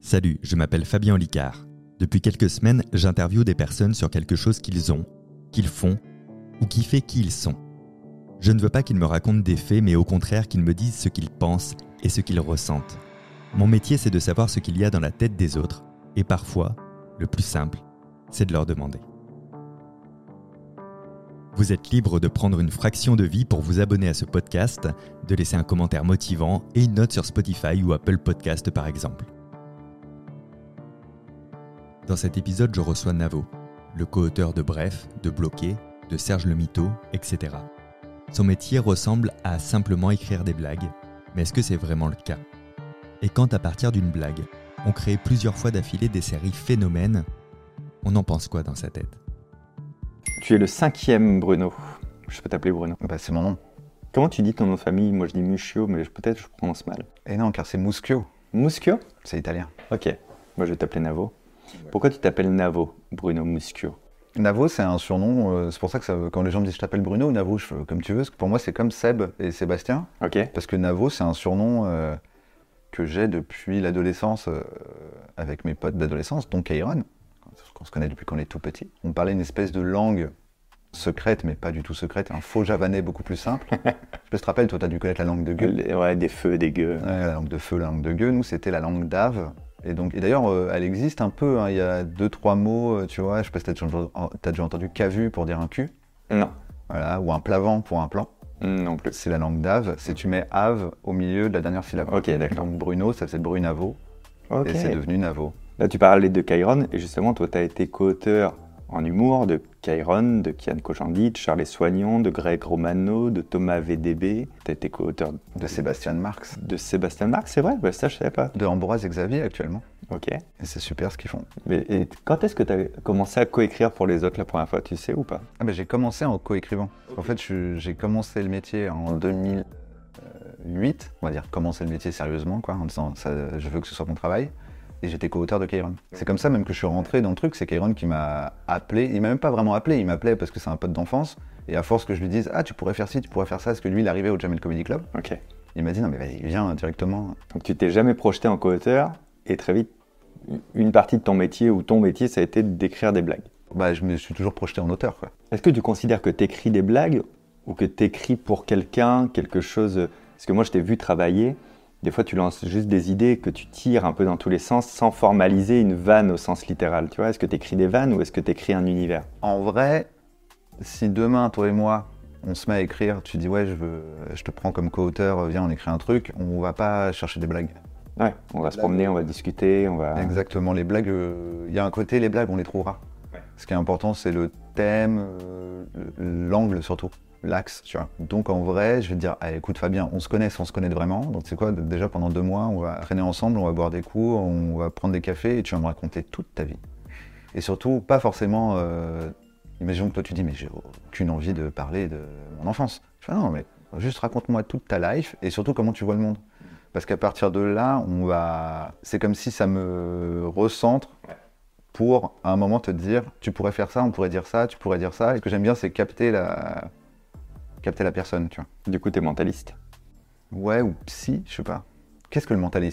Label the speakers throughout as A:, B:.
A: Salut, je m'appelle Fabien Licard. Depuis quelques semaines, j'interviewe des personnes sur quelque chose qu'ils ont, qu'ils font, ou qui fait qui ils sont. Je ne veux pas qu'ils me racontent des faits, mais au contraire qu'ils me disent ce qu'ils pensent et ce qu'ils ressentent. Mon métier, c'est de savoir ce qu'il y a dans la tête des autres, et parfois, le plus simple, c'est de leur demander. Vous êtes libre de prendre une fraction de vie pour vous abonner à ce podcast, de laisser un commentaire motivant et une note sur Spotify ou Apple Podcast par exemple. Dans cet épisode, je reçois Navo, le co-auteur de Bref, de Bloqué, de Serge le Mito, etc. Son métier ressemble à simplement écrire des blagues, mais est-ce que c'est vraiment le cas ? Et quand à partir d'une blague, on crée plusieurs fois d'affilée des séries phénomènes, on en pense quoi dans sa tête ?
B: Tu es le 5e Bruno. Je peux t'appeler Bruno.
C: Bah, c'est mon nom.
B: Comment tu dis ton nom de famille ? Moi je dis Muschio, mais peut-être je prononce mal.
C: Et non, car c'est Muschio.
B: Muschio ?
C: C'est italien.
B: Ok. Moi je vais t'appeler Navo. Pourquoi tu t'appelles Navo, Bruno Muschio ?
C: Navo, c'est un surnom. C'est pour ça que quand les gens me disent je t'appelle Bruno ou Navo, je fais comme tu veux. Parce que pour moi, c'est comme Seb et Sébastien.
B: Ok.
C: Parce que Navo, c'est un surnom que j'ai depuis l'adolescence avec mes potes d'adolescence, dont Kairon, qu'on se connaît depuis qu'on est tout petit. On parlait une espèce de langue secrète, mais pas du tout secrète, un faux javanais beaucoup plus simple. Je sais pas si tu te rappelles, toi, tu as dû connaître la langue de gueux.
B: Ouais, des feux, des gueux.
C: Ouais, la langue de feu, la langue de gueux. Nous, c'était la langue d'Ave. Et d'ailleurs, elle existe un peu. Il y a 2-3 mots, tu vois. Je sais pas si t'as déjà entendu cavu pour dire un cul.
B: Non.
C: Voilà, ou un plavant pour un plan.
B: Non plus.
C: C'est la langue d'Ave. C'est tu mets Ave au milieu de la dernière syllabe.
B: Ok, d'accord.
C: Donc Bruno, ça faisait Brunavo.
B: Ok.
C: Et c'est devenu Navo.
B: Là, tu parlais de Kairon, et justement, toi, tu as été co-auteur en humour de Kairon, de Kian Kojandi, de Charles Soignon, de Greg Romano, de Thomas VDB. Tu as été co-auteur
C: De Sébastien Marx.
B: de Sébastien Marx, c'est vrai ? Bah, ça, je savais pas.
C: De Ambroise et Xavier actuellement.
B: Ok.
C: Et c'est super ce qu'ils font.
B: Et quand est-ce que tu as commencé à coécrire pour les autres la première fois, tu sais ou pas ?
C: Ah ben, j'ai commencé en coécrivant. En fait, j'ai commencé le métier en 2008. On va dire commencer le métier sérieusement, quoi, en disant ça, je veux que ce soit mon travail. Et j'étais co-auteur de Kairon. C'est comme ça même que je suis rentré dans le truc, c'est Kairon qui m'a appelé. Il m'a même pas vraiment appelé, il m'appelait parce que c'est un pote d'enfance. Et à force que je lui dise, ah tu pourrais faire ci, tu pourrais faire ça, parce que lui il arrivait au Jamel Comedy Club.
B: Ok.
C: Il m'a dit, non mais vas-y, viens directement.
B: Donc tu t'es jamais projeté en co-auteur, et très vite, une partie de ton métier, ou ton métier, ça a été d'écrire des blagues.
C: Bah je me suis toujours projeté en auteur, quoi.
B: Est-ce que tu considères que tu écris des blagues, ou que tu écris pour quelqu'un, quelque chose... Parce que moi je t'ai vu travailler, des fois tu lances juste des idées que tu tires un peu dans tous les sens, sans formaliser une vanne au sens littéral, tu vois. Est-ce que tu écris des vannes, ou est-ce que tu écris un univers ?
C: En vrai, si demain, toi et moi, on se met à écrire, tu dis ouais, je te prends comme co-auteur, viens on écrit un truc, on va pas chercher des blagues.
B: Ouais, on va se promener, on va discuter, on va...
C: Exactement, les blagues, il y a un côté, les blagues, on les trouvera.
B: Ouais.
C: Ce qui est important, c'est le thème, l'angle surtout, l'axe, tu vois. Donc en vrai, je vais te dire, ah, écoute Fabien, on se connaît si on se connaît vraiment, donc c'est quoi, déjà pendant 2 mois, on va traîner ensemble, on va boire des coups, on va prendre des cafés, et tu vas me raconter toute ta vie. Et surtout, pas forcément, imaginons que toi tu dis, mais j'ai aucune envie de parler de mon enfance. Je fais, non, mais juste raconte-moi toute ta life, et surtout comment tu vois le monde. Parce qu'à partir de là, c'est comme si ça me recentre pour, à un moment, te dire, tu pourrais faire ça, on pourrait dire ça, tu pourrais dire ça. Et ce que j'aime bien, c'est capter la personne, tu vois.
B: Du coup, t'es mentaliste.
C: Ouais, ou psy, je sais pas. Qu'est-ce que le mentalisme ?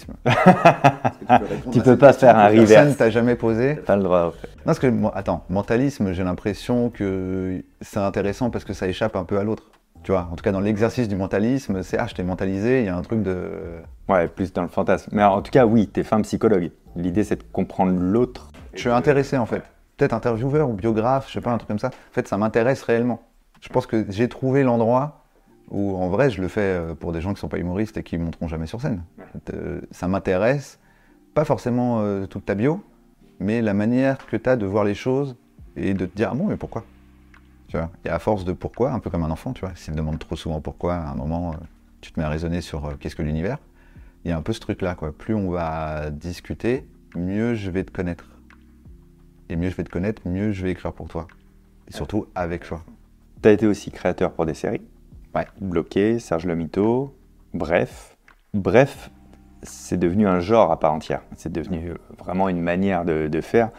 B: Tu peux pas faire un reverse.
C: Personne t'a jamais posé.
B: Pas le droit, en fait.
C: Non, parce que, attends, mentalisme, j'ai l'impression que c'est intéressant parce que ça échappe un peu à l'autre. Tu vois, en tout cas, dans l'exercice du mentalisme, c'est « Ah, je t'ai mentalisé », il y a un truc de...
B: Ouais, plus dans le fantasme. Mais en tout cas, oui, t'es fin psychologue. L'idée, c'est de comprendre l'autre.
C: Je suis intéressé, en fait. Peut-être intervieweur ou biographe, je sais pas, un truc comme ça. En fait, ça m'intéresse réellement. Je pense que j'ai trouvé l'endroit où, en vrai, je le fais pour des gens qui sont pas humoristes et qui ne monteront jamais sur scène. Ça m'intéresse, pas forcément toute ta bio, mais la manière que tu as de voir les choses et de te dire « Ah bon, mais pourquoi ?» Tu vois, et à force de pourquoi, un peu comme un enfant, tu vois, s'il demande trop souvent pourquoi, à un moment, tu te mets à raisonner sur qu'est-ce que l'univers. Il y a un peu ce truc-là, quoi. Plus on va discuter, mieux je vais te connaître. Et mieux je vais te connaître, mieux je vais écrire pour toi. Et surtout avec toi.
B: T'as été aussi créateur pour des séries.
C: Ouais.
B: Bloqué, Serge le Mito, Bref. Bref, c'est devenu un genre à part entière. C'est devenu vraiment une manière de faire.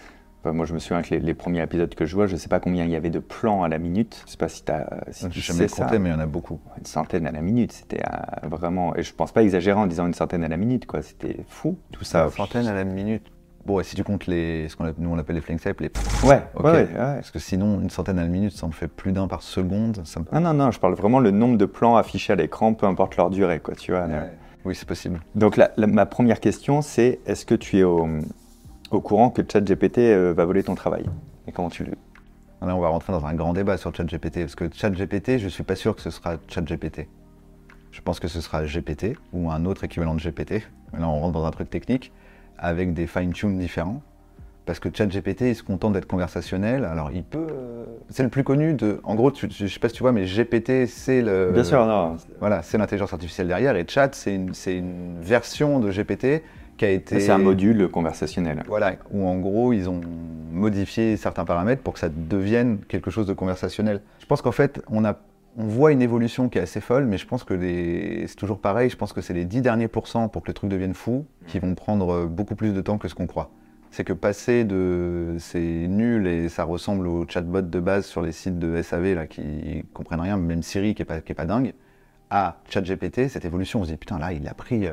B: Moi, je me souviens que les premiers épisodes que je vois, je sais pas combien il y avait de plans à la minute. Je sais pas si tu
C: Je jamais
B: sais ça.
C: compté, mais il y en a beaucoup.
B: Une centaine à la minute, c'était vraiment... Et je pense pas exagérer en disant une centaine à la minute, quoi. C'était fou, tout ça.
C: Une centaine à la minute. Bon, et si tu comptes nous on appelle les flying tapes, les...
B: Ouais,
C: Ok.
B: ouais.
C: Parce que sinon, une centaine à la minute, ça en fait plus d'un par seconde. Ça me...
B: Non, je parle vraiment le nombre de plans affichés à l'écran, peu importe leur durée, quoi, tu vois.
C: Ouais. Oui, c'est possible.
B: Donc ma première question, c'est est-ce que tu es au courant que ChatGPT va voler ton travail? Et comment tu le...
C: Là, on va rentrer dans un grand débat sur ChatGPT, parce que ChatGPT, je suis pas sûr que ce sera ChatGPT. Je pense que ce sera GPT, ou un autre équivalent de GPT. Mais là, on rentre dans un truc technique, avec des fine-tune différents. Parce que ChatGPT, il se contente d'être conversationnel. Alors, il peut... C'est le plus connu de... En gros, je sais pas si tu vois, mais GPT, c'est le...
B: Bien sûr, non.
C: Voilà, c'est l'intelligence artificielle derrière. Et Chat, c'est une version de GPT qui a été...
B: C'est un module conversationnel.
C: Voilà, où en gros, ils ont modifié certains paramètres pour que ça devienne quelque chose de conversationnel. Je pense qu'en fait, on voit une évolution qui est assez folle, mais je pense que c'est toujours pareil. Je pense que c'est les 10 derniers pourcents pour que le truc devienne fou qui vont prendre beaucoup plus de temps que ce qu'on croit. C'est que passer de c'est nul et ça ressemble aux chatbots de base sur les sites de SAV là, qui comprennent rien, même Siri qui est pas dingue, à ChatGPT, cette évolution, on se dit putain là il a pris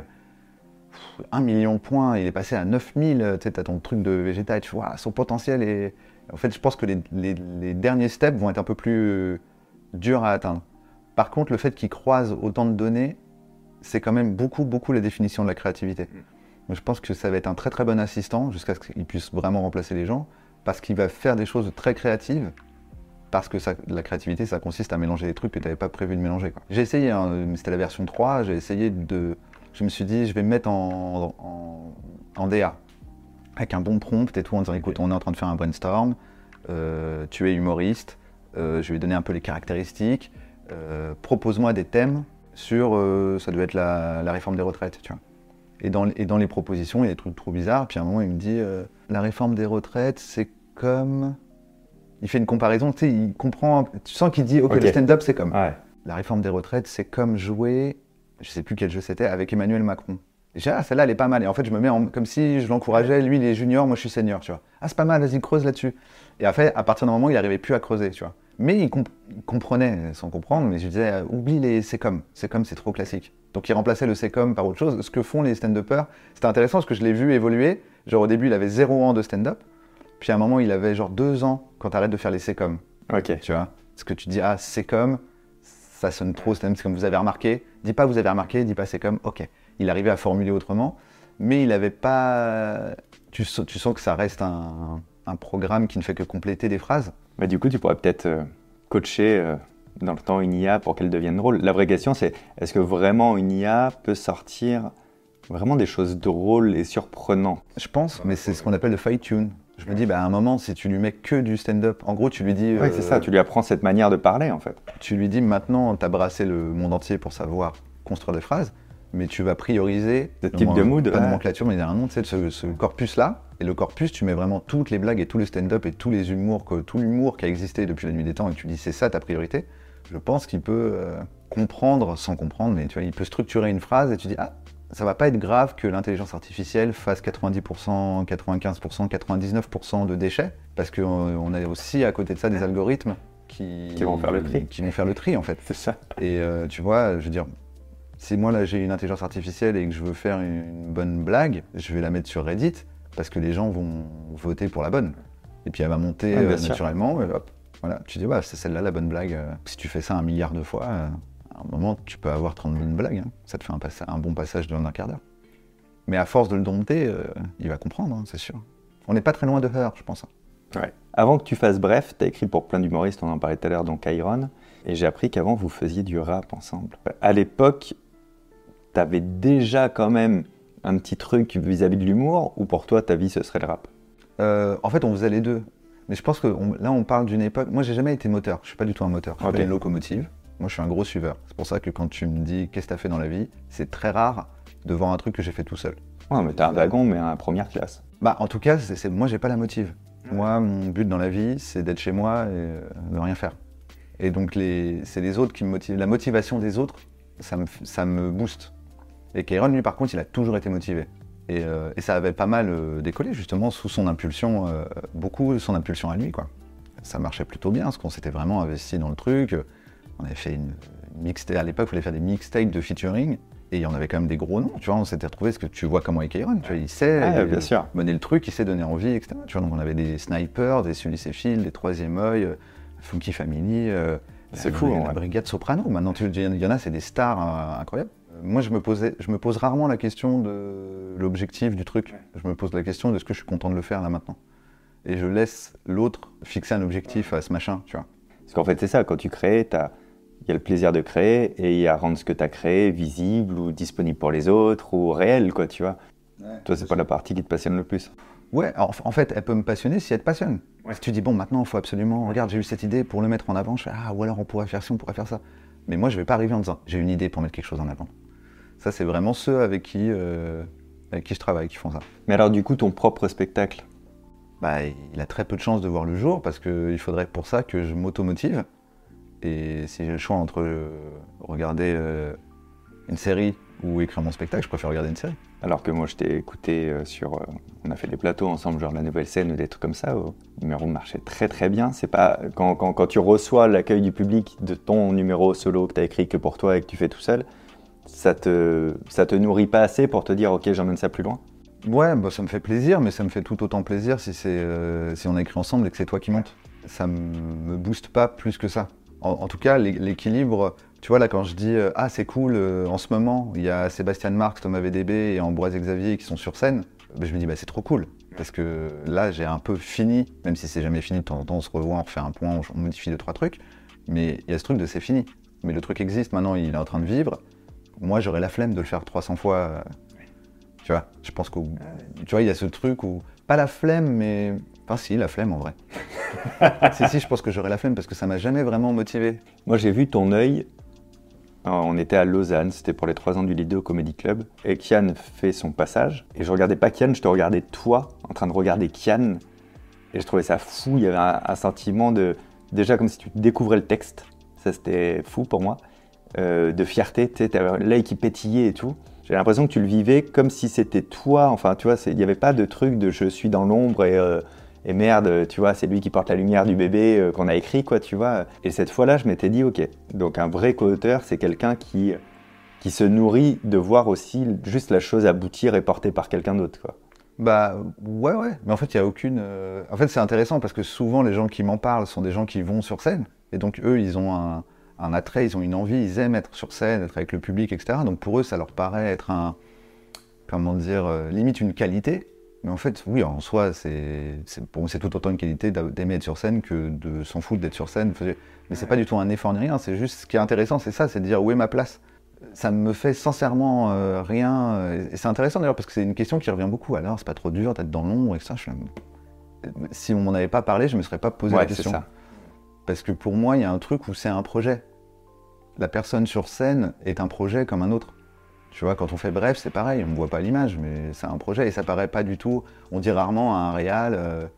C: 1 million de points, il est passé à 9000, tu sais, t'as ton truc de Vegeta et tu vois son potentiel est... En fait je pense que les derniers steps vont être un peu plus durs à atteindre. Par contre le fait qu'il croise autant de données, c'est quand même beaucoup la définition de la créativité. Donc, je pense que ça va être un très très bon assistant jusqu'à ce qu'il puisse vraiment remplacer les gens, parce qu'il va faire des choses très créatives, parce que la créativité ça consiste à mélanger des trucs que tu n'avais pas prévu de mélanger, quoi. J'ai essayé, hein, c'était la version 3, je me suis dit je vais me mettre en DA, avec un bon prompt et tout, en disant écoute on est en train de faire un brainstorm, tu es humoriste, je vais donner un peu les caractéristiques, propose-moi des thèmes sur, ça devait être la réforme des retraites, tu vois. Et dans les propositions, il y a des trucs trop bizarres. Puis à un moment, il me dit la réforme des retraites, c'est comme... Il fait une comparaison, tu sais, il comprend... Tu sens qu'il dit, ok, le stand-up, c'est comme...
B: Ouais.
C: La réforme des retraites, c'est comme jouer... Je sais plus quel jeu c'était, avec Emmanuel Macron. Et j'ai dit, ah, celle-là, elle est pas mal. Et en fait, je me mets comme si je l'encourageais. Lui, il est junior, moi, je suis senior, tu vois. Ah, c'est pas mal, vas-y, creuse là-dessus. Et après, à partir d'un moment, il n'arrivait plus à creuser, tu vois. Mais il comprenait, sans comprendre, mais je disais, oublie les c'est comme, c'est trop classique. Donc il remplaçait le c'est comme par autre chose. Ce que font les stand-uppers, c'était intéressant parce que je l'ai vu évoluer. Genre au début, il avait 0 ans de stand-up, puis à un moment, il avait genre 2 ans quand tu arrêtes de faire les c'est comme.
B: Ok.
C: Tu vois, parce que tu dis, ah, c'est comme, ça sonne trop stand-up, c'est comme vous avez remarqué. Dis pas vous avez remarqué, dis pas c'est comme, ok. Il arrivait à formuler autrement, mais il n'avait pas... Tu sens que ça reste un programme qui ne fait que compléter des phrases.
B: Bah, du coup, tu pourrais peut-être coacher dans le temps une IA pour qu'elle devienne drôle. La vraie question, c'est est-ce que vraiment une IA peut sortir vraiment des choses drôles et surprenantes?
C: Je pense, mais c'est ce qu'on appelle le fine-tune. Je me dis, bah, à un moment, si tu lui mets que du stand-up, en gros, tu lui dis...
B: Oui, c'est ça, tu lui apprends cette manière de parler, en fait.
C: Tu lui dis, maintenant, tu as brassé le monde entier pour savoir construire des phrases, mais tu vas prioriser...
B: Ce type de mood.
C: Pas de nomenclature, mais il y a un nom, tu sais, ce corpus-là. Et le corpus, tu mets vraiment toutes les blagues et tout le stand-up et tous les humours, tout l'humour qui a existé depuis la nuit des temps, et tu dis, c'est ça ta priorité. Je pense qu'il peut comprendre, sans comprendre, mais tu vois, il peut structurer une phrase et tu dis, ah, ça va pas être grave que l'intelligence artificielle fasse 90%, 95%, 99% de déchets, parce qu'on a aussi à côté de ça des algorithmes qui
B: vont faire le tri.
C: Qui vont faire le tri, en fait.
B: C'est ça.
C: Et tu vois, je veux dire, si moi là j'ai une intelligence artificielle et que je veux faire une bonne blague, je vais la mettre sur Reddit, parce que les gens vont voter pour la bonne. Et puis elle va monter naturellement, et hop. Voilà, tu dis, ouais, c'est celle-là la bonne blague. Si tu fais ça 1 milliard de fois, à un moment, tu peux avoir 30 bonnes blagues. Hein. Ça te fait un bon passage d'un quart d'heure. Mais à force de le dompter, il va comprendre, hein, c'est sûr. On n'est pas très loin de Her, je pense.
B: Ouais. Avant que tu fasses Bref, tu as écrit pour plein d'humoristes, on en parlait tout à l'heure, donc Iron. Et j'ai appris qu'avant, vous faisiez du rap ensemble. À l'époque, tu avais déjà quand même un petit truc vis-à-vis de l'humour, ou pour toi, ta vie, ce serait le rap?
C: En fait, on faisait les deux. Mais je pense que là, on parle d'une époque... Moi, j'ai jamais été moteur. Je suis pas du tout un moteur. Je suis pas une locomotive. Moi, je suis un gros suiveur. C'est pour ça que quand tu me dis « Qu'est-ce que tu as fait dans la vie ?», c'est très rare de voir un truc que j'ai fait tout seul.
B: Ouais, mais t'as un wagon, mais en première classe.
C: Bah, en tout cas, moi, j'ai pas la motive. Moi, mon but dans la vie, c'est d'être chez moi et de rien faire. Et donc, c'est les autres qui me motivent. La motivation des autres, ça me booste. Et Kairon, lui, par contre, il a toujours été motivé. Et ça avait pas mal décollé, justement, sous son impulsion, beaucoup son impulsion à lui, quoi. Ça marchait plutôt bien, parce qu'on s'était vraiment investi dans le truc. On avait fait une mixtape, à l'époque, il fallait faire des mixtapes de featuring, et il y en avait quand même des gros noms, tu vois, on s'était retrouvés, parce que tu vois comment est Kairon, tu vois, il sait
B: bien sûr.
C: mener le truc, il sait donner envie, etc. Tu vois, donc on avait des snipers, des Sully et Phil, des Troisième Œil, Funky Family,
B: C'est fou,
C: la Brigade Soprano, maintenant il y en a, c'est des stars incroyables. Moi, je me pose rarement la question de l'objectif du truc. Je me pose la question de ce que je suis content de le faire là maintenant. Et je laisse l'autre fixer un objectif à ce machin, tu vois.
B: Parce qu'en fait, c'est ça, quand tu crées, il y a le plaisir de créer et il y a rendre ce que tu as créé visible ou disponible pour les autres ou réel, quoi, tu vois. Toi, c'est pas la partie qui te passionne le plus.
C: Ouais, alors, en fait, elle peut me passionner si elle te passionne. Si tu dis, bon, maintenant, il faut absolument, regarde, j'ai eu cette idée pour le mettre en avant, je fais, ou alors on pourrait faire ci, on pourrait faire ça. Mais moi, je vais pas arriver en disant, j'ai une idée pour mettre quelque chose en avant. Ça, c'est vraiment ceux avec qui je travaille qui font ça.
B: Mais alors, du coup, ton propre spectacle,
C: il a très peu de chances de voir le jour parce qu'il faudrait pour ça que je m'automotive. Et si j'ai le choix entre regarder une série ou écrire mon spectacle, je préfère regarder une série.
B: alors que moi, je t'ai écouté on a fait des plateaux ensemble, genre La Nouvelle Scène ou des trucs comme ça, le numéro marchait très très bien. C'est pas quand tu reçois l'accueil du public de ton numéro solo que tu as écrit que pour toi et que tu fais tout seul, ça te nourrit pas assez pour te dire, ok, j'emmène ça plus loin?
C: Ouais, ça me fait plaisir, mais ça me fait tout autant plaisir si on a écrit ensemble et que c'est toi qui montes. Ça me booste pas plus que ça. En tout cas, l'équilibre, tu vois, là, quand je dis « Ah, c'est cool, en ce moment, il y a Sébastien Marx, Thomas VDB et Ambroise Xavier qui sont sur scène », je me dis « c'est trop cool ». Parce que là, j'ai un peu fini, même si c'est jamais fini, de temps en temps, on se revoit, on refait un point, on modifie 2-3 trucs, mais il y a ce truc de « c'est fini ». Mais le truc existe maintenant, il est en train de vivre. Moi, j'aurais la flemme de le faire 300 fois. Tu vois, je pense tu vois, il y a ce truc où, pas la flemme, mais... Enfin si, la flemme en vrai. si, je pense que j'aurais la flemme parce que ça m'a jamais vraiment motivé.
B: Moi, j'ai vu ton œil. On était à Lausanne, c'était pour les 3 ans du Lido Comedy Club. Et Kian fait son passage. Et je regardais pas Kian, je te regardais toi, en train de regarder Kian. Et je trouvais ça fou, il y avait un sentiment de... Déjà comme si tu découvrais le texte. Ça, c'était fou pour moi. De fierté, tu sais, t'avais l'œil qui pétillait et tout. J'ai l'impression que tu le vivais comme si c'était toi. Enfin, tu vois, il n'y avait pas de truc de je suis dans l'ombre et merde, tu vois, c'est lui qui porte la lumière du bébé qu'on a écrit, quoi, tu vois. Et cette fois-là, je m'étais dit, ok, donc un vrai co-auteur, c'est quelqu'un qui se nourrit de voir aussi juste la chose aboutir et portée par quelqu'un d'autre, quoi.
C: Ouais, mais en fait, il n'y a aucune... En fait, c'est intéressant parce que souvent, les gens qui m'en parlent sont des gens qui vont sur scène. Et donc, eux, ils ont un attrait, ils ont une envie, ils aiment être sur scène, être avec le public, etc. Donc pour eux, ça leur paraît être limite une qualité. Mais en fait, oui, en soi, pour moi, c'est tout autant une qualité d'aimer être sur scène que de s'en foutre d'être sur scène. Mais c'est pas du tout un effort ni rien, c'est juste, ce qui est intéressant, c'est ça, c'est de dire où est ma place. Ça me fait sincèrement rien. Et c'est intéressant d'ailleurs, parce que c'est une question qui revient beaucoup. Alors, c'est pas trop dur d'être dans l'ombre, etc. Si on m'en avait pas parlé, je me serais pas posé la question.
B: C'est ça.
C: Parce que pour moi, il y a un truc où c'est un projet. La personne sur scène est un projet comme un autre. Tu vois, quand on fait Bref, c'est pareil, on ne voit pas l'image, mais c'est un projet et ça paraît pas du tout. On dit rarement à un réal,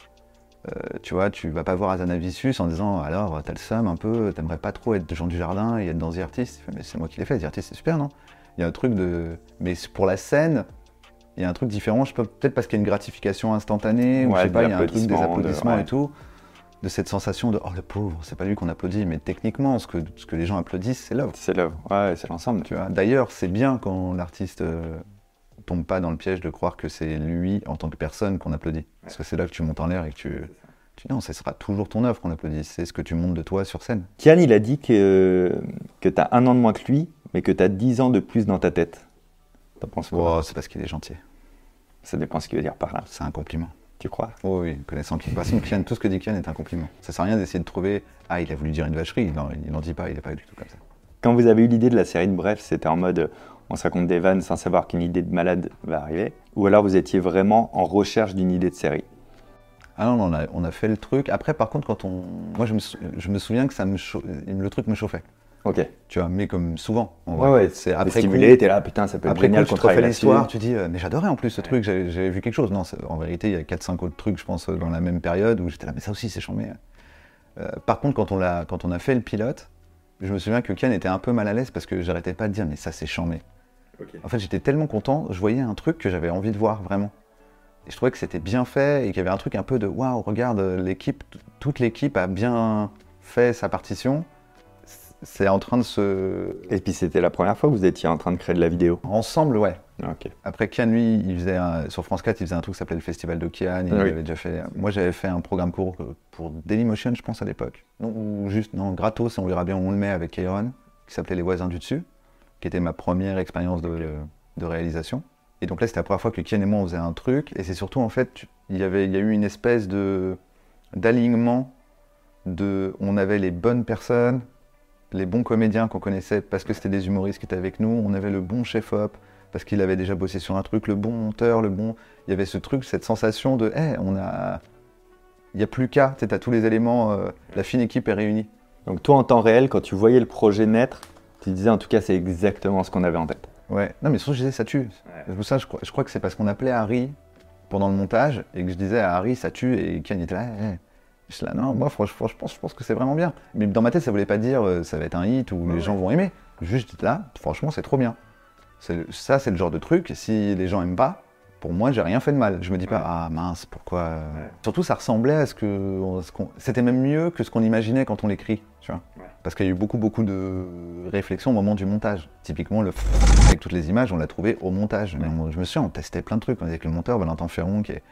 C: tu vois, tu vas pas voir Hazanavicius en disant alors, t'as le seum un peu, t'aimerais pas trop être Jean Dujardin et être dans The Artist. Mais c'est moi qui l'ai fait, The Artist, c'est super, non? Il y a un truc de. Mais pour la scène, il y a un truc différent, peut-être parce qu'il y a une gratification instantanée, ou je sais pas, il y a un truc des applaudissements et tout. De cette sensation de « oh le pauvre, c'est pas lui qu'on applaudit », mais techniquement, ce que les gens applaudissent, c'est l'œuvre.
B: C'est l'œuvre, ouais, c'est l'ensemble.
C: Tu vois. D'ailleurs, c'est bien quand l'artiste tombe pas dans le piège de croire que c'est lui, en tant que personne, qu'on applaudit. Parce que c'est là que tu montes en l'air et que tu non, ce sera toujours ton œuvre qu'on applaudit, c'est ce que tu montes de toi sur scène.
B: Kian, il a dit que t'as 1 an de moins que lui, mais que t'as 10 ans de plus dans ta tête. T'en penses quoi?
C: C'est parce qu'il est gentil.
B: Ça dépend ce qu'il veut dire par là.
C: C'est un compliment.
B: Tu crois?
C: Oh oui, connaissant Kian. De toute façon, Kian, tout ce que dit Kian est un compliment. Ça sert à rien d'essayer de trouver « Ah, il a voulu dire une vacherie », il n'en dit pas, il n'est pas du tout comme ça.
B: Quand vous avez eu l'idée de la série de Bref, c'était en mode on se raconte des vannes sans savoir qu'une idée de malade va arriver? Ou alors vous étiez vraiment en recherche d'une idée de série?
C: Ah non, on a fait le truc. Après, par contre, moi, je me souviens que le truc me chauffait.
B: Ok.
C: Tu vois, mais comme souvent.
B: Ouais, c'est après stimulé, t'es là, putain, ça peut être génial qu'on travaille là-dessus.
C: L'histoire, tu dis, mais j'adorais en plus ce truc, j'avais vu quelque chose. Non, en vérité, il y a 4-5 autres trucs, je pense, dans la même période où j'étais là, mais ça aussi, c'est chambé. Par contre, quand on a fait le pilote, je me souviens que Kian était un peu mal à l'aise parce que j'arrêtais pas de dire, mais ça, c'est chambé.
B: Ok.
C: En fait, j'étais tellement content, je voyais un truc que j'avais envie de voir vraiment. Et je trouvais que c'était bien fait et qu'il y avait un truc un peu de waouh, regarde, l'équipe, toute l'équipe a bien fait sa partition. C'est en train de se.
B: Et puis c'était la première fois que vous étiez en train de créer de la vidéo.
C: Ensemble, ouais.
B: Ok.
C: Après, Kian, lui, il faisait sur France 4, il faisait un truc qui s'appelait le Festival de Kian. Il
B: Oui.
C: avait déjà fait. Moi, j'avais fait un programme court pour Dailymotion, je pense, à l'époque. Non, ou juste, non, gratos, on verra bien où on le met avec Kairon, qui s'appelait Les Voisins du Dessus, qui était ma première expérience de réalisation. Et donc là, c'était la première fois que Kian et moi, on faisait un truc. Et c'est surtout, en fait, il y a eu une espèce d'alignement. On avait les bonnes personnes, les bons comédiens qu'on connaissait parce que c'était des humoristes qui étaient avec nous. On avait le bon chef-op parce qu'il avait déjà bossé sur un truc, le bon monteur, Il y avait ce truc, cette sensation de hey, il n'y a plus qu'à, tu as tous les éléments, la fine équipe est réunie.
B: Donc toi, en temps réel, quand tu voyais le projet naître, tu disais en tout cas c'est exactement ce qu'on avait en tête.
C: Ouais, non mais surtout je disais ça tue. Ouais. Ça, je crois que c'est parce qu'on appelait Harry pendant le montage et que je disais à Harry ça tue et Ken était là, hey. Je suis là, non, moi franchement je pense que c'est vraiment bien. Mais dans ma tête ça voulait pas dire ça va être un hit ou les gens vont aimer. Juste j'étais là, franchement c'est trop bien. Ça c'est le genre de truc, si les gens aiment pas, pour moi j'ai rien fait de mal. Je me dis pas, ah mince, pourquoi Surtout ça ressemblait à c'était même mieux que ce qu'on imaginait quand on l'écrit, tu vois. Ouais. Parce qu'il y a eu beaucoup de réflexions au moment du montage. Typiquement le avec toutes les images, on l'a trouvé au montage. Mais je me souviens, on testait plein de trucs. On était avec le monteur Valentin Ferron qui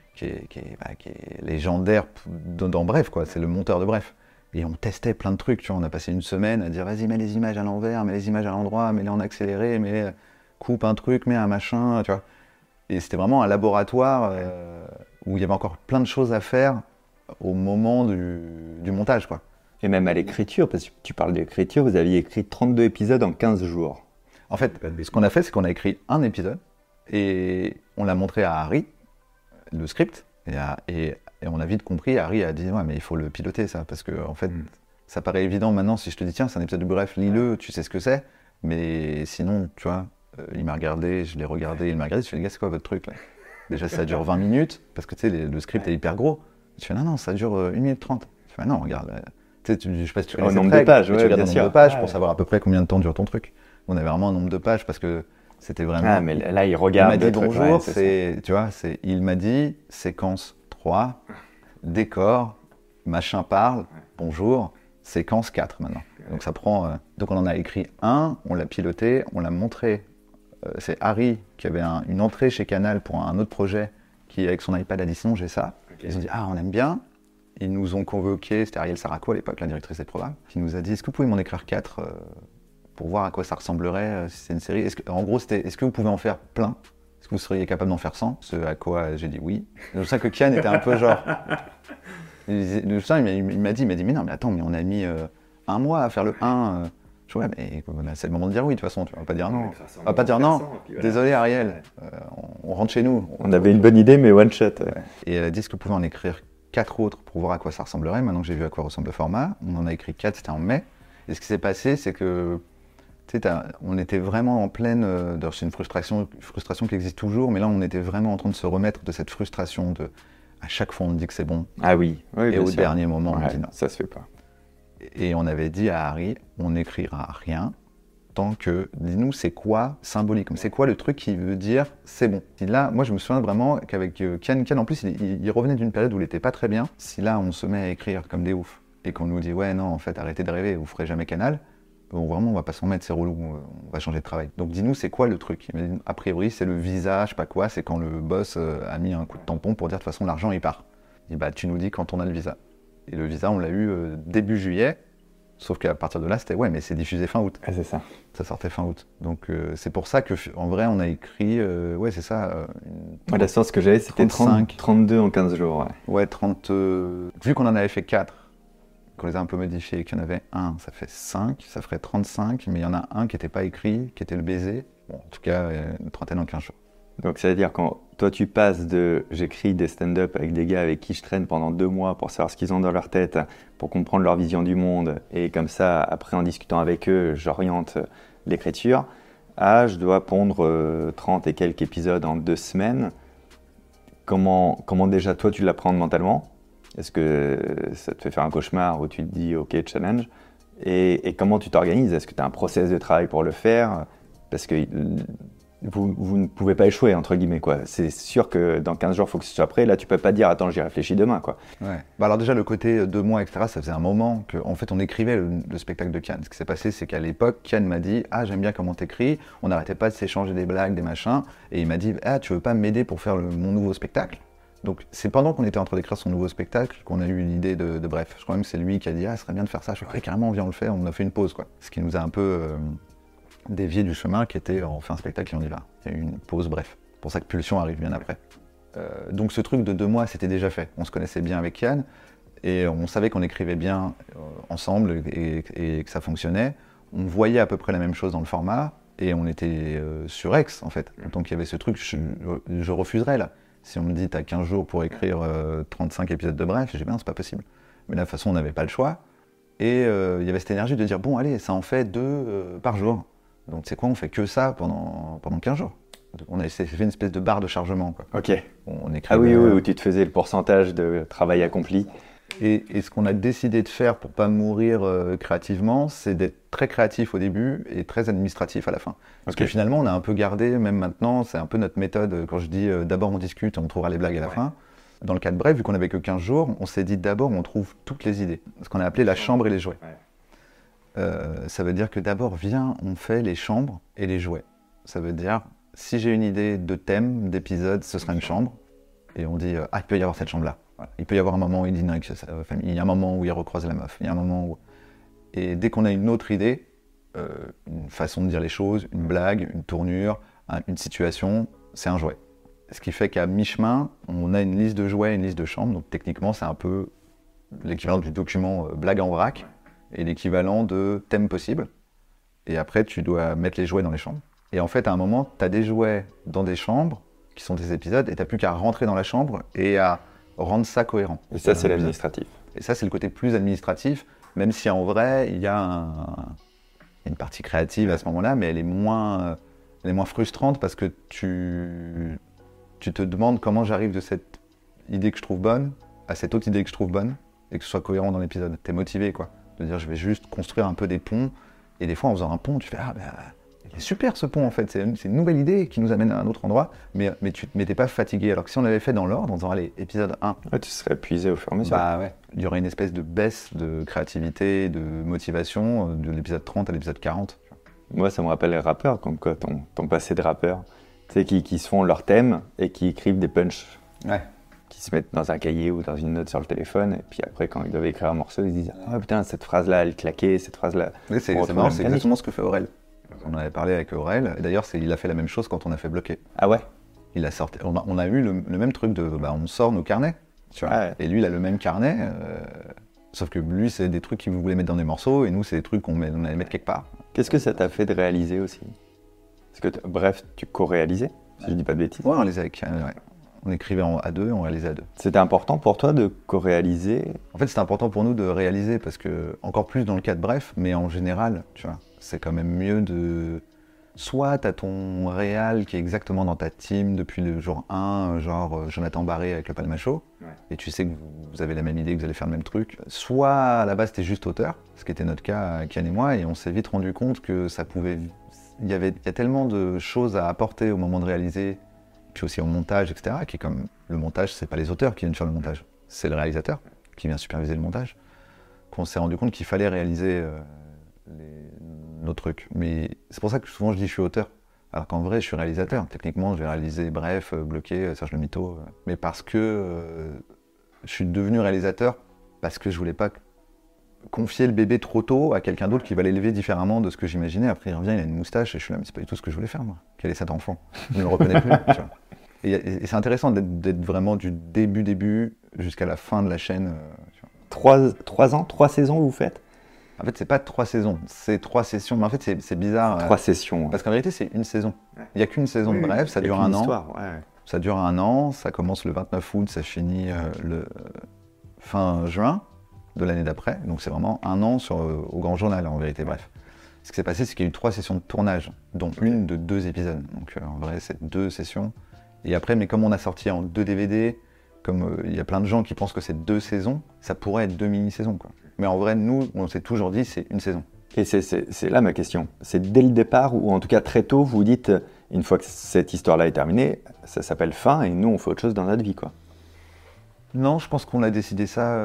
C: est légendaire dans Bref, quoi. C'est le monteur de Bref. Et on testait plein de trucs, tu vois. On a passé une semaine à dire vas-y, mets les images à l'envers, mets les images à l'endroit, mets-les en accéléré, coupe un truc, mets un machin, tu vois. Et c'était vraiment un laboratoire où il y avait encore plein de choses à faire au moment du montage, quoi.
B: Et même à l'écriture, parce que tu parles d'écriture, vous aviez écrit 32 épisodes en 15 jours.
C: En fait, ce qu'on a fait, c'est qu'on a écrit un épisode et on l'a montré à Harry, le script, et on a vite compris, Harry a dit ouais mais il faut le piloter ça, parce que en fait ça paraît évident maintenant si je te dis tiens c'est un épisode de Bref, lis-le, tu sais ce que c'est, mais sinon tu vois, il m'a regardé, je l'ai regardé, il m'a regardé, je fais les gars c'est quoi votre truc là? Déjà ça dure 20 minutes, parce que tu sais le script est hyper gros, je fais non ça dure 1 minute 30, je fais non regarde, tu sais, je sais pas si tu connais
B: le nombre de pages,
C: tu regardes le nombre de pages pour savoir à peu près combien de temps dure ton truc. On avait vraiment un nombre de pages parce que c'était vraiment...
B: Ah, mais là, il regarde.
C: Il m'a dit bonjour, tu vois, il m'a dit séquence 3, décor, machin parle, bonjour, séquence 4 maintenant. Donc ça prend... Donc on en a écrit un, on l'a piloté, on l'a montré. C'est Harry qui avait une entrée chez Canal pour un autre projet qui, avec son iPad, a dit sinon j'ai ça. Okay. Ils ont dit ah, on aime bien. Ils nous ont convoqué, c'était Ariel Saraco à l'époque, la directrice des programmes, qui nous a dit est-ce que vous pouvez m'en écrire 4 pour voir à quoi ça ressemblerait si c'est une série. En gros, c'était est-ce que vous pouvez en faire plein? Est-ce que vous seriez capable d'en faire 100? Ce à quoi j'ai dit oui. Je sais que Kian était un peu genre. Il m'a dit mais non, mais attends, mais on a mis 1 mois à faire le 1. Je dis ouais, mais c'est le moment de dire oui, de toute façon, tu vas pas dire non. On va pas dire non. Désolé Ariel, on rentre chez nous.
B: On avait une bonne idée, mais one shot. Ouais.
C: Et elle a dit est-ce que vous pouvez en écrire 4 autres pour voir à quoi ça ressemblerait. Maintenant que j'ai vu à quoi ressemble le format, on en a écrit 4, c'était en mai. Et ce qui s'est passé, c'est que on était vraiment en pleine... D'ailleurs, c'est une frustration qui existe toujours, mais là, on était vraiment en train de se remettre de cette frustration de... À chaque fois, on dit que c'est bon.
B: Ah oui,
C: et au dernier moment, on dit non.
B: Ça se fait pas.
C: Et on avait dit à Harry, on n'écrira rien tant que... Dis-nous, c'est quoi symbolique? C'est quoi le truc qui veut dire c'est bon? Si là, moi, je me souviens vraiment qu'avec Kian, en plus, il revenait d'une période où il était pas très bien. Si là, on se met à écrire comme des oufs et qu'on nous dit ouais, non, en fait, arrêtez de rêver, vous ferez jamais Canal, vraiment, on va pas s'en mettre, c'est relou, on va changer de travail. Donc dis-nous, c'est quoi le truc? Il m'a dit, a priori, c'est le visa, je sais pas quoi, c'est quand le boss a mis un coup de tampon pour dire de toute façon, l'argent, il part. Il dit, bah, tu nous dis quand on a le visa. Et le visa, on l'a eu début juillet, sauf qu'à partir de là, c'était ouais, mais c'est diffusé fin août.
B: Ah, c'est ça.
C: Ça sortait fin août. Donc c'est pour ça qu'en vrai, on a écrit, ouais, c'est ça.
B: La source que j'avais, c'était 32 en 15 jours. Ouais,
C: ouais 30. Vu qu'on en avait fait 4, qu'on les a un peu modifiés et qu'il y en avait un, ça fait 5, ça ferait 35, mais il y en a un qui n'était pas écrit, qui était le baiser. Bon, en tout cas, une trentaine en 15 jours.
B: Donc ça veut dire quand toi tu passes de j'écris des stand-up avec des gars avec qui je traîne pendant 2 mois pour savoir ce qu'ils ont dans leur tête, pour comprendre leur vision du monde, et comme ça, après en discutant avec eux, j'oriente l'écriture, à je dois pondre 30 et quelques épisodes en 2 semaines. Comment déjà toi tu l'apprends mentalement? Est-ce que ça te fait faire un cauchemar où tu te dis ok challenge? Et comment tu t'organises? Est-ce que tu as un process de travail pour le faire? parce que vous ne pouvez pas échouer, entre guillemets, quoi. C'est sûr que dans 15 jours, il faut que ce soit prêt. Là, tu peux pas dire, attends, j'y réfléchis demain, quoi.
C: Ouais. Bah alors déjà, le côté 2 mois, etc., ça faisait un moment qu'en fait, on écrivait le spectacle de Kian. Ce qui s'est passé, c'est qu'à l'époque, Kian m'a dit, ah, j'aime bien comment t'écris. On n'arrêtait pas de s'échanger des blagues, des machins. Et il m'a dit, ah, tu veux pas m'aider pour faire mon nouveau spectacle? Donc c'est pendant qu'on était en train d'écrire son nouveau spectacle qu'on a eu une idée de bref. Je crois même que c'est lui qui a dit, ah, ce serait bien de faire ça. Je crois carrément, viens, on le fait. On a fait une pause, quoi. Ce qui nous a un peu dévié du chemin qui était, on fait un spectacle et on y va. Il y a eu une pause, bref. C'est pour ça que Pulsion arrive bien après. Donc ce truc de 2 mois, c'était déjà fait. On se connaissait bien avec Kian et on savait qu'on écrivait bien ensemble et que ça fonctionnait. On voyait à peu près la même chose dans le format et on était sur X en fait. Donc il y avait ce truc, je refuserais là. Si on me dit t'as 15 jours pour écrire 35 épisodes de bref, je dis ben c'est pas possible. Mais là de toute façon on n'avait pas le choix. Et il y avait cette énergie de dire bon allez, ça en fait 2 par jour. Donc c'est quoi, on fait que ça pendant 15 jours. On a fait une espèce de barre de chargement, quoi.
B: Ok.
C: On écrivait,
B: ah oui, où tu te faisais le pourcentage de travail accompli.
C: Et ce qu'on a décidé de faire pour pas mourir créativement, c'est d'être très créatif au début et très administratif à la fin. Parce que finalement, on a un peu gardé, même maintenant, c'est un peu notre méthode. Quand je dis d'abord on discute, on trouvera les blagues à la fin. Dans le cas de bref, vu qu'on avait que 15 jours, on s'est dit d'abord on trouve toutes les idées. Ce qu'on a appelé la chambre et les jouets. Ça veut dire que d'abord, viens, on fait les chambres et les jouets. Ça veut dire, si j'ai une idée de thème, d'épisode, ce sera une chambre. Et on dit, ah, il peut y avoir cette chambre-là. Voilà. Il peut y avoir un moment où il dîne avec sa famille, il y a un moment où il recroise la meuf, il y a un moment où... Et dès qu'on a une autre idée, une façon de dire les choses, une blague, une tournure, une situation, c'est un jouet. Ce qui fait qu'à mi-chemin, on a une liste de jouets, une liste de chambres. Donc techniquement, c'est un peu l'équivalent du document blague en vrac et l'équivalent de thème possible. Et après, tu dois mettre les jouets dans les chambres. Et en fait, à un moment, tu as des jouets dans des chambres qui sont des épisodes et tu n'as plus qu'à rentrer dans la chambre et à rendre ça cohérent.
B: Et ça, c'est l'administratif.
C: Et ça, c'est le côté plus administratif, même si en vrai, il y a une partie créative à ce moment-là, mais elle est moins frustrante parce que tu te demandes comment j'arrive de cette idée que je trouve bonne à cette autre idée que je trouve bonne et que ce soit cohérent dans l'épisode. Tu es motivé, quoi. De dire, je vais juste construire un peu des ponts. Et des fois, en faisant un pont, tu fais, ah ben, il est super ce pont en fait, c'est une nouvelle idée qui nous amène à un autre endroit, mais tu ne t'es pas fatigué. Alors que si on l'avait fait dans l'ordre, en disant, allez, épisode 1.
B: Ouais, tu serais épuisé au fur et à mesure.
C: Bah ouais. Il y aurait une espèce de baisse de créativité, de motivation, de l'épisode 30 à l'épisode 40.
B: Moi, ça me rappelle les rappeurs, comme quoi, ton passé de rappeur. Tu sais, qui se font leur thème et qui écrivent des punchs.
C: Ouais.
B: Qui se mettent dans un cahier ou dans une note sur le téléphone, et puis après, quand ils doivent écrire un morceau, ils se disent « Ah putain, cette phrase-là, elle claquait, cette phrase-là... »
C: Oui, c'est exactement ce que fait Aurel. On en avait parlé avec Aurel, et d'ailleurs, il a fait la même chose quand on a fait Bloqué.
B: Ah ouais?
C: Il a sorti, on a eu le même truc de, on sort nos carnets, tu vois. Et lui, il a le même carnet, sauf que lui, c'est des trucs qu'il voulait mettre dans des morceaux, et nous, c'est des trucs qu'on allait mettre quelque part.
B: Qu'est-ce que ça t'a fait de réaliser aussi? Parce que, bref, tu co-réalisais, si je dis pas de bêtises.
C: Ouais, on les avec On écrivait à 2 et on réalisait à 2.
B: C'était important pour toi de co-réaliser?
C: En fait, c'était important pour nous de réaliser parce que, encore plus dans le cas de Bref, mais en général, tu vois, c'est quand même mieux de... Soit t'as ton réal qui est exactement dans ta team depuis le jour 1, genre Jonathan Barré avec le Palmacho, et tu sais que vous avez la même idée, que vous allez faire le même truc. Soit à la base t'es juste auteur, ce qui était notre cas, Kian et moi, et on s'est vite rendu compte que ça pouvait... Il y a tellement de choses à apporter au moment de réaliser, puis aussi au montage, etc., qui est comme... Le montage, c'est pas les auteurs qui viennent faire le montage, c'est le réalisateur qui vient superviser le montage, qu'on s'est rendu compte qu'il fallait réaliser nos trucs. Mais c'est pour ça que souvent je dis je suis auteur, alors qu'en vrai je suis réalisateur. Techniquement, je vais réaliser Bref, Bloqué, Serge Le Mito, mais parce que je suis devenu réalisateur, parce que je voulais pas confier le bébé trop tôt à quelqu'un d'autre qui va l'élever différemment de ce que j'imaginais. Après il revient, il a une moustache, et je suis là, mais c'est pas du tout ce que je voulais faire moi. Quel est cet enfant? Je ne le reconnais plus. Tu vois. Et c'est intéressant d'être vraiment du début jusqu'à la fin de la chaîne. Tu
B: vois. 3 ans, 3 saisons vous faites?
C: En fait, c'est pas 3 saisons, c'est 3 sessions. Mais en fait, c'est bizarre.
B: 3 sessions.
C: Parce qu'en vérité, c'est une saison. Il n'y a qu'une saison de Bref, ça dure un an. Ça dure un an, ça commence le 29 août, ça finit le fin juin de l'année d'après. Donc c'est vraiment un an au Grand Journal, en vérité, Bref. Ce qui s'est passé, c'est qu'il y a eu 3 sessions de tournage, dont une de 2 épisodes. Donc en vrai, c'est 2 sessions. Et après, mais comme on a sorti en 2 DVD, comme il y a plein de gens qui pensent que c'est 2 saisons, ça pourrait être 2 mini-saisons, quoi. Mais en vrai, nous, on s'est toujours dit, c'est une saison.
B: Et c'est là ma question. C'est dès le départ, ou en tout cas très tôt, vous vous dites, une fois que cette histoire-là est terminée, ça s'appelle fin, et nous, on fait autre chose dans notre vie, quoi.
C: Non, je pense qu'on a décidé ça.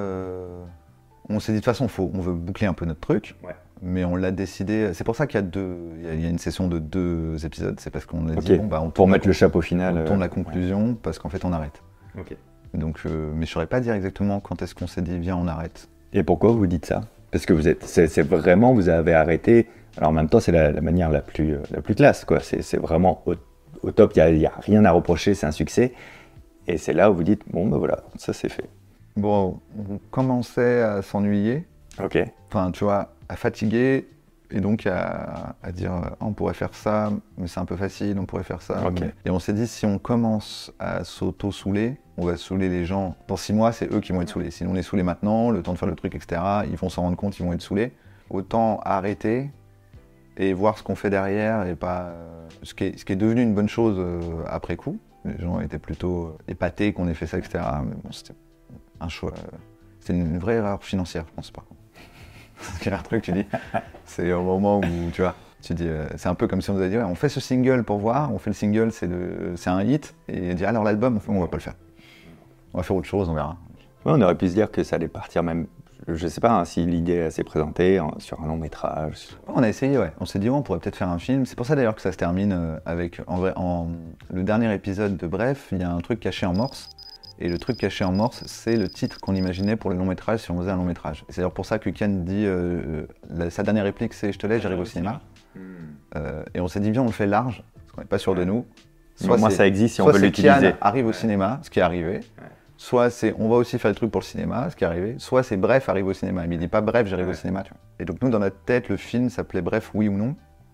C: On s'est dit de toute façon, on veut boucler un peu notre truc, mais on l'a décidé. C'est pour ça qu'il y a il y a une session de 2 épisodes. C'est parce qu'on a dit on
B: pour mettre le chapeau final.
C: On tourne la conclusion parce qu'en fait on arrête. Donc, mais je saurais pas dire exactement quand est-ce qu'on s'est dit viens on arrête.
B: Et pourquoi vous dites ça? Parce que c'est vraiment, vous avez arrêté. Alors en même temps, c'est la manière la plus classe, quoi. C'est vraiment au top. Il y a rien à reprocher, c'est un succès. Et c'est là où vous dites bon ben voilà, ça c'est fait.
C: Bon, on commençait à s'ennuyer.
B: Ok.
C: Enfin, tu vois, à fatiguer et donc à dire on pourrait faire ça, mais c'est un peu facile, on pourrait faire ça.
B: Okay.
C: Et on s'est dit si on commence à s'auto-saouler, on va saouler les gens. Dans 6 mois, c'est eux qui vont être saoulés. Si on est saoulés maintenant, le temps de faire le truc, etc., ils vont s'en rendre compte, ils vont être saoulés. Autant arrêter et voir ce qu'on fait derrière et pas ce qui est devenu une bonne chose après coup. Les gens étaient plutôt épatés qu'on ait fait ça, etc. Mais bon, c'était un choix. C'était une vraie erreur financière, je pense, par contre. C'est un truc, tu dis. C'est au moment où, tu vois, tu dis, c'est un peu comme si on nous avait dit, ouais, on fait ce single pour voir, on fait le single, c'est un hit, et on dit, alors l'album, on va pas le faire. On va faire autre chose, on verra.
B: Ouais, on aurait pu se dire que ça allait partir même, je sais pas, si l'idée s'est présentée sur un long métrage.
C: On a essayé, ouais. On s'est dit, on pourrait peut-être faire un film. C'est pour ça d'ailleurs que ça se termine avec, le dernier épisode de Bref, il y a un truc caché en morse. Et le truc caché en morse, c'est le titre qu'on imaginait pour le long métrage si on faisait un long métrage. Et c'est d'ailleurs pour ça que Kian dit, sa dernière réplique c'est « je te laisse, j'arrive au cinéma ». Et on s'est dit, viens, on le fait large, parce qu'on n'est pas sûr de nous.
B: Soit au moins ça existe si on veut l'utiliser.
C: Kian arrive au cinéma, ce qui est arrivé. Soit c'est on va aussi faire des trucs pour le cinéma, ce qui est arrivé. Soit c'est Bref arrive au cinéma. Il ne dit pas Bref, j'arrive au cinéma. Tu vois. Et donc nous, dans notre tête, le film s'appelait Bref, oui ou non.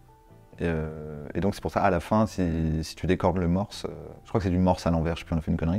C: Et donc c'est pour ça, à la fin, si tu décordes le morse, je crois que c'est du morse à l'envers, je sais plus, on a fait une connerie.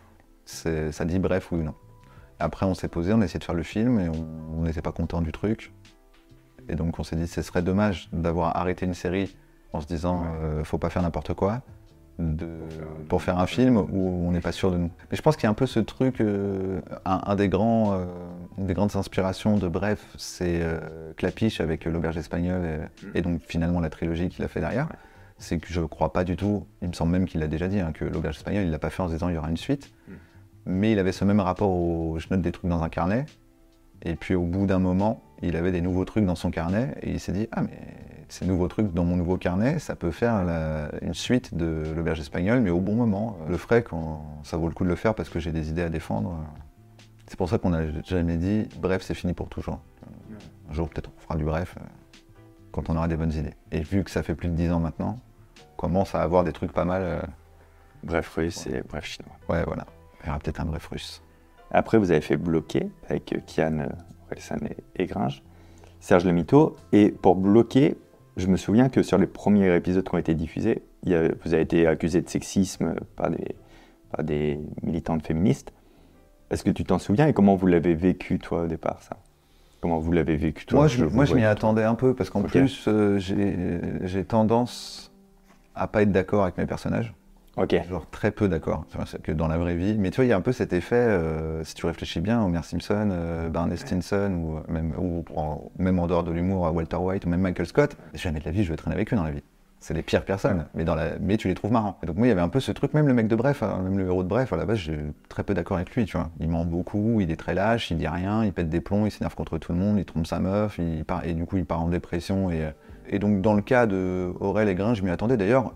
C: Ça dit bref oui ou non. Après on s'est posé, on a essayé de faire le film et on n'était pas content du truc. Et donc on s'est dit ce serait dommage d'avoir arrêté une série en se disant faut pas faire n'importe quoi pour faire un film où on n'est pas sûr de nous. Mais je pense qu'il y a un peu ce truc, une des grandes inspirations de Bref, c'est Clapiche avec l'auberge espagnole et donc finalement la trilogie qu'il a fait derrière. C'est que je crois pas du tout, il me semble même qu'il l'a déjà dit, que l'auberge espagnole il l'a pas fait en se disant il y aura une suite. Mais il avait ce même rapport au je note des trucs dans un carnet, et puis au bout d'un moment, il avait des nouveaux trucs dans son carnet, et il s'est dit « Ah mais ces nouveaux trucs dans mon nouveau carnet, ça peut faire une suite de l'auberge espagnole, mais au bon moment. Je le ferai quand ça vaut le coup de le faire, parce que j'ai des idées à défendre. » C'est pour ça qu'on n'a jamais dit « Bref, c'est fini pour toujours ». Un jour peut-être on fera du Bref, quand on aura des bonnes idées. Et vu que ça fait plus de 10 ans maintenant, on commence à avoir des trucs pas mal...
B: Bref russe et Bref chinois.
C: Ouais, voilà. Il y aura peut-être un Bref russe.
B: Après, vous avez fait Bloquer avec Kian, Orelsan et Gringe, Serge Le Mito. Et pour Bloquer, je me souviens que sur les premiers épisodes qui ont été diffusés, vous avez été accusé de sexisme par des militantes féministes. Est-ce que tu t'en souviens et comment vous l'avez vécu, toi, au départ, ça? Comment vous l'avez vécu, toi?
C: Moi, je m'y attendais un peu, parce qu'en plus, j'ai tendance à pas être d'accord avec mes personnages. Genre très peu d'accord, c'est que dans la vraie vie. Mais tu vois, il y a un peu cet effet, si tu réfléchis bien, Homer Simpson, Barney Stinson, ou même en dehors de l'humour, Walter White, ou même Michael Scott, jamais de la vie je veux traîner avec eux dans la vie. C'est les pires personnes, mais tu les trouves marrants. Et donc moi, il y avait un peu ce truc, même le mec de Bref, même le héros de Bref, à la base, j'ai très peu d'accord avec lui, tu vois. Il ment beaucoup, il est très lâche, il dit rien, il pète des plombs, il s'énerve contre tout le monde, il trompe sa meuf, et du coup, il part en dépression. Et donc, dans le cas de Aurel et Gringe, je m'y attendais. D'ailleurs,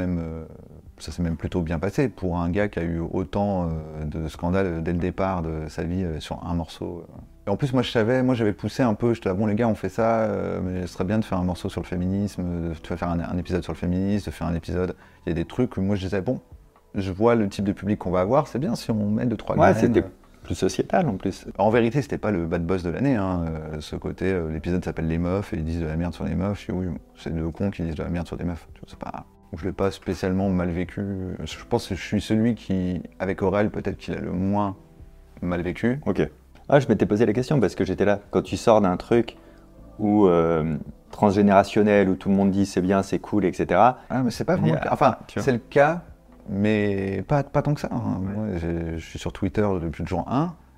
C: ça s'est même plutôt bien passé pour un gars qui a eu autant de scandales dès le départ de sa vie sur un morceau. Et en plus, moi j'avais poussé un peu, j'étais là, bon les gars, on fait ça, mais ce serait bien de faire un morceau sur le féminisme, de faire un épisode sur le féminisme, de faire un épisode. Il y a des trucs où moi je disais, bon, je vois le type de public qu'on va avoir, c'est bien si on met 2-3 graines.
B: Ouais, c'était plus sociétal en plus.
C: En vérité, c'était pas le bad boss de l'année, ce côté, l'épisode s'appelle Les Meufs et ils disent de la merde sur les meufs. Oui, c'est deux cons qui disent de la merde sur des meufs, tu vois, c'est pas... Je l'ai pas spécialement mal vécu. Je pense que je suis celui qui, avec Aurel, peut-être qu'il a le moins mal vécu.
B: Ok. Ah, je m'étais posé la question parce que j'étais là. Quand tu sors d'un truc où transgénérationnel, où tout le monde dit c'est bien, c'est cool, etc.
C: Ah, mais c'est pas vraiment le cas. Enfin, c'est le cas, mais pas tant que ça. Moi, je suis sur Twitter depuis le jour 1.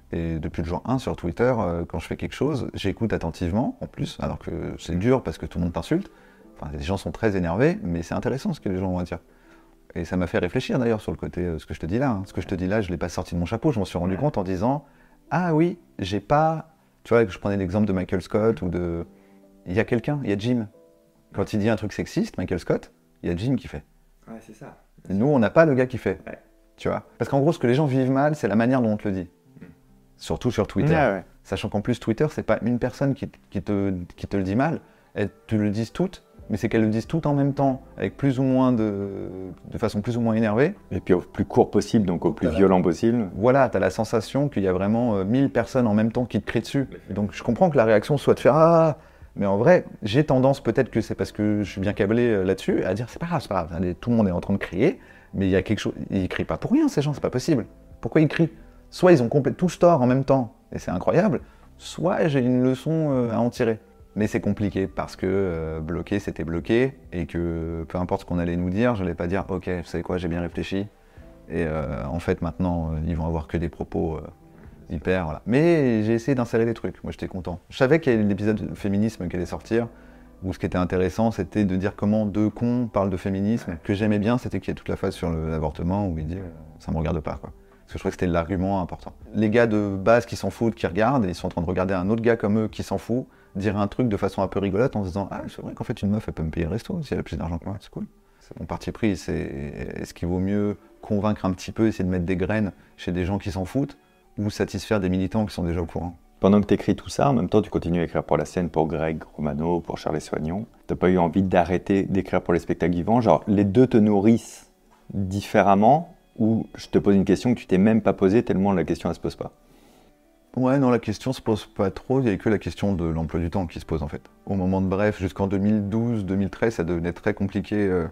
C: Et depuis le jour 1 sur Twitter, quand je fais quelque chose, j'écoute attentivement, en plus, alors que c'est dur parce que tout le monde t'insulte. Enfin, les gens sont très énervés, mais c'est intéressant ce que les gens vont dire. Et ça m'a fait réfléchir d'ailleurs sur le côté, ce que je te dis là. Ce que je te dis là, je ne l'ai pas sorti de mon chapeau, je m'en suis rendu compte en disant « Ah oui, j'ai pas… » Tu vois, je prenais l'exemple de Michael Scott ou de… Il y a quelqu'un, il y a Jim. Quand il dit un truc sexiste, Michael Scott, il y a Jim qui fait.
B: Ouais, c'est ça.
C: Et nous, on n'a pas le gars qui fait.
B: Ouais.
C: Tu vois. Parce qu'en gros, ce que les gens vivent mal, c'est la manière dont on te le dit. Surtout sur Twitter.
B: Ouais.
C: Sachant qu'en plus, Twitter, c'est pas une personne qui te le dit mal. Elles te le disent toutes, mais c'est qu'elles le disent toutes en même temps, avec plus ou moins de façon plus ou moins énervée.
B: Et puis au plus court possible, donc au plus violent possible.
C: Voilà, tu as la sensation qu'il y a vraiment 1000 personnes en même temps qui te crient dessus. Et donc je comprends que la réaction soit de faire « Ah !» Mais en vrai, j'ai tendance, peut-être que c'est parce que je suis bien câblé là-dessus, à dire « C'est pas grave, allez, tout le monde est en train de crier, mais il y a quelque chose… » Ils crient pas pour rien, ces gens, c'est pas possible. Pourquoi ils crient? Soit ils ont tous tort en même temps, et c'est incroyable, soit j'ai une leçon à en tirer. Mais c'est compliqué parce que bloquer, c'était bloqué, et que peu importe ce qu'on allait nous dire, je n'allais pas dire « Ok, vous savez quoi, j'ai bien réfléchi ». Et en fait, maintenant, ils vont avoir que des propos hyper… Voilà. Mais j'ai essayé d'insérer des trucs, moi j'étais content. Je savais qu'il y avait l'épisode de féminisme qui allait sortir, où ce qui était intéressant, c'était de dire comment deux cons parlent de féminisme. Que j'aimais bien, c'était qu'il y a toute la phase sur l'avortement, où il dit « Ça me regarde pas », quoi. Parce que je trouvais que c'était l'argument important. Les gars de base qui s'en foutent, qui regardent, et ils sont en train de regarder un autre gars comme eux qui s'en fout, dire un truc de façon un peu rigolote en se disant « Ah, c'est vrai qu'en fait une meuf elle peut me payer le resto si elle a plus d'argent que moi, c'est cool ». C'est mon parti pris, est-ce qu'il vaut mieux convaincre un petit peu, essayer de mettre des graines chez des gens qui s'en foutent, ou satisfaire des militants qui sont déjà au courant?
B: Pendant que tu écris tout ça, en même temps tu continues à écrire pour la scène, pour Greg Romano, pour Charles Soignon. T'as pas eu envie d'arrêter d'écrire pour les spectacles vivants? Genre les deux te nourrissent différemment? Ou je te pose une question que tu t'es même pas posée tellement la question elle se pose pas?
C: Ouais, non, la question se pose pas trop, il y a que la question de l'emploi du temps qui se pose en fait. Au moment de Bref, jusqu'en 2012-2013, ça devenait très compliqué,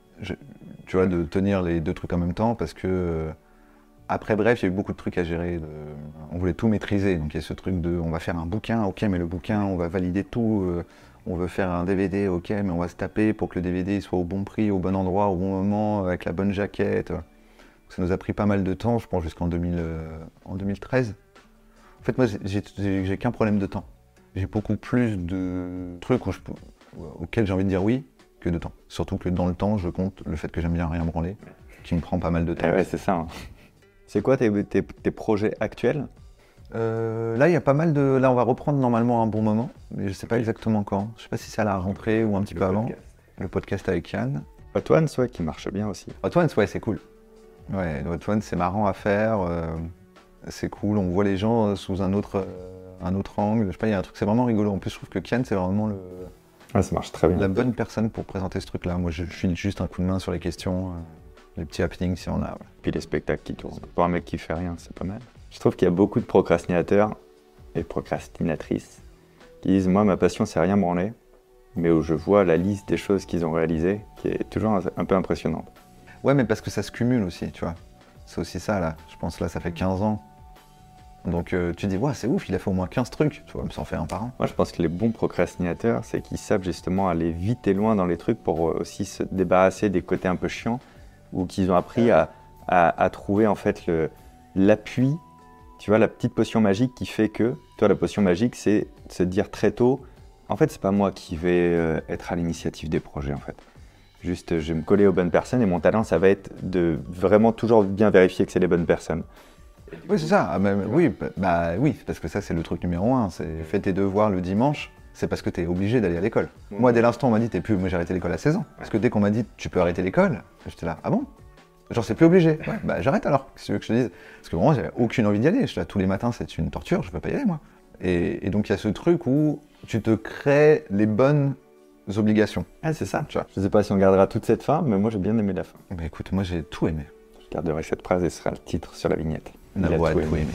C: tu vois, de tenir les deux trucs en même temps, parce que après Bref, il y a eu beaucoup de trucs à gérer, on voulait tout maîtriser, donc il y a ce truc de on va faire un bouquin, ok, mais le bouquin, on va valider tout, on veut faire un DVD, ok, mais on va se taper pour que le DVD soit au bon prix, au bon endroit, au bon moment, avec la bonne jaquette. Ça nous a pris pas mal de temps, je pense jusqu'en 2013. En fait, moi, j'ai qu'un problème de temps. J'ai beaucoup plus de trucs auxquels j'ai envie de dire oui que de temps. Surtout que dans le temps, je compte le fait que j'aime bien rien branler, qui me prend pas mal de temps.
B: Ouais, c'est ça. Hein. C'est quoi tes projets actuels?
C: Là, il y a pas mal de… Là, on va reprendre normalement un bon moment, mais je sais pas exactement quand. Je sais pas si c'est à la rentrée ou un petit peu avant. Le podcast avec Yann.
B: Hot Ones, ouais, qui marche bien aussi.
C: Hot Ones, ouais, c'est cool. Ouais, le Hot Ones, c'est marrant à faire. C'est cool, on voit les gens sous un autre angle. Je sais pas, il y a un truc, c'est vraiment rigolo. En plus, je trouve que Kian, c'est vraiment
B: ouais, ça marche très bien.
C: La bonne personne pour présenter ce truc-là. Moi, je file juste un coup de main sur les questions, les petits happenings si on a. Ouais.
B: Puis les spectacles qui tournent. Pour un mec qui fait rien, c'est pas mal. Je trouve qu'il y a beaucoup de procrastinateurs et procrastinatrices qui disent « Moi, ma passion, c'est rien branler », mais où je vois la liste des choses qu'ils ont réalisées qui est toujours un peu impressionnante.
C: Ouais, mais parce que ça se cumule aussi, tu vois. C'est aussi ça, là. Je pense là, ça fait 15 ans. Donc tu dis, ouais, c'est ouf, il a fait au moins 15 trucs, tu vois, ça en fait un par an.
B: Moi, je pense que les bons procrastinateurs, c'est qu'ils savent justement aller vite et loin dans les trucs pour aussi se débarrasser des côtés un peu chiants, ou qu'ils ont appris à trouver en fait l'appui, tu vois, la petite potion magique qui fait que, toi, la potion magique, c'est de se dire très tôt, en fait, c'est pas moi qui vais être à l'initiative des projets, en fait. Juste, je vais me coller aux bonnes personnes et mon talent, ça va être de vraiment toujours bien vérifier que c'est les bonnes personnes.
C: Oui, c'est ça. Oui, parce que ça, c'est le truc numéro 1. C'est fais tes devoirs le dimanche, c'est parce que tu es obligé d'aller à l'école. Moi, dès l'instant, on m'a dit, moi, j'ai arrêté l'école à 16 ans. Parce que dès qu'on m'a dit, tu peux arrêter l'école, j'étais là, ah bon? Genre, c'est plus obligé. Ouais, bah, j'arrête alors, qu'est-ce que tu veux que je te dise? Parce que vraiment, j'avais aucune envie d'y aller. J'étais là, tous les matins, c'est une torture, je peux pas y aller, moi. Et donc, il y a ce truc où tu te crées les bonnes obligations.
B: Ah, c'est ça, tu vois. Je sais pas si on gardera toute cette fin, mais moi, j'ai bien aimé la fin.
C: Bah écoute, moi, j'ai tout aimé.
B: Je garderai cette phrase et ce sera le titre sur la vignette.
C: Navo a tout aimé.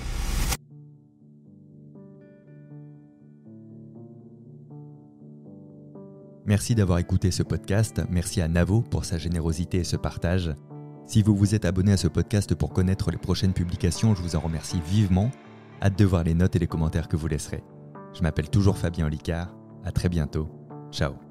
A: Merci d'avoir écouté ce podcast. Merci à Navo pour sa générosité et ce partage. Si vous vous êtes abonné à ce podcast pour connaître les prochaines publications, je vous en remercie vivement. Hâte de voir les notes et les commentaires que vous laisserez. Je m'appelle toujours Fabien Olicard. À très bientôt. Ciao.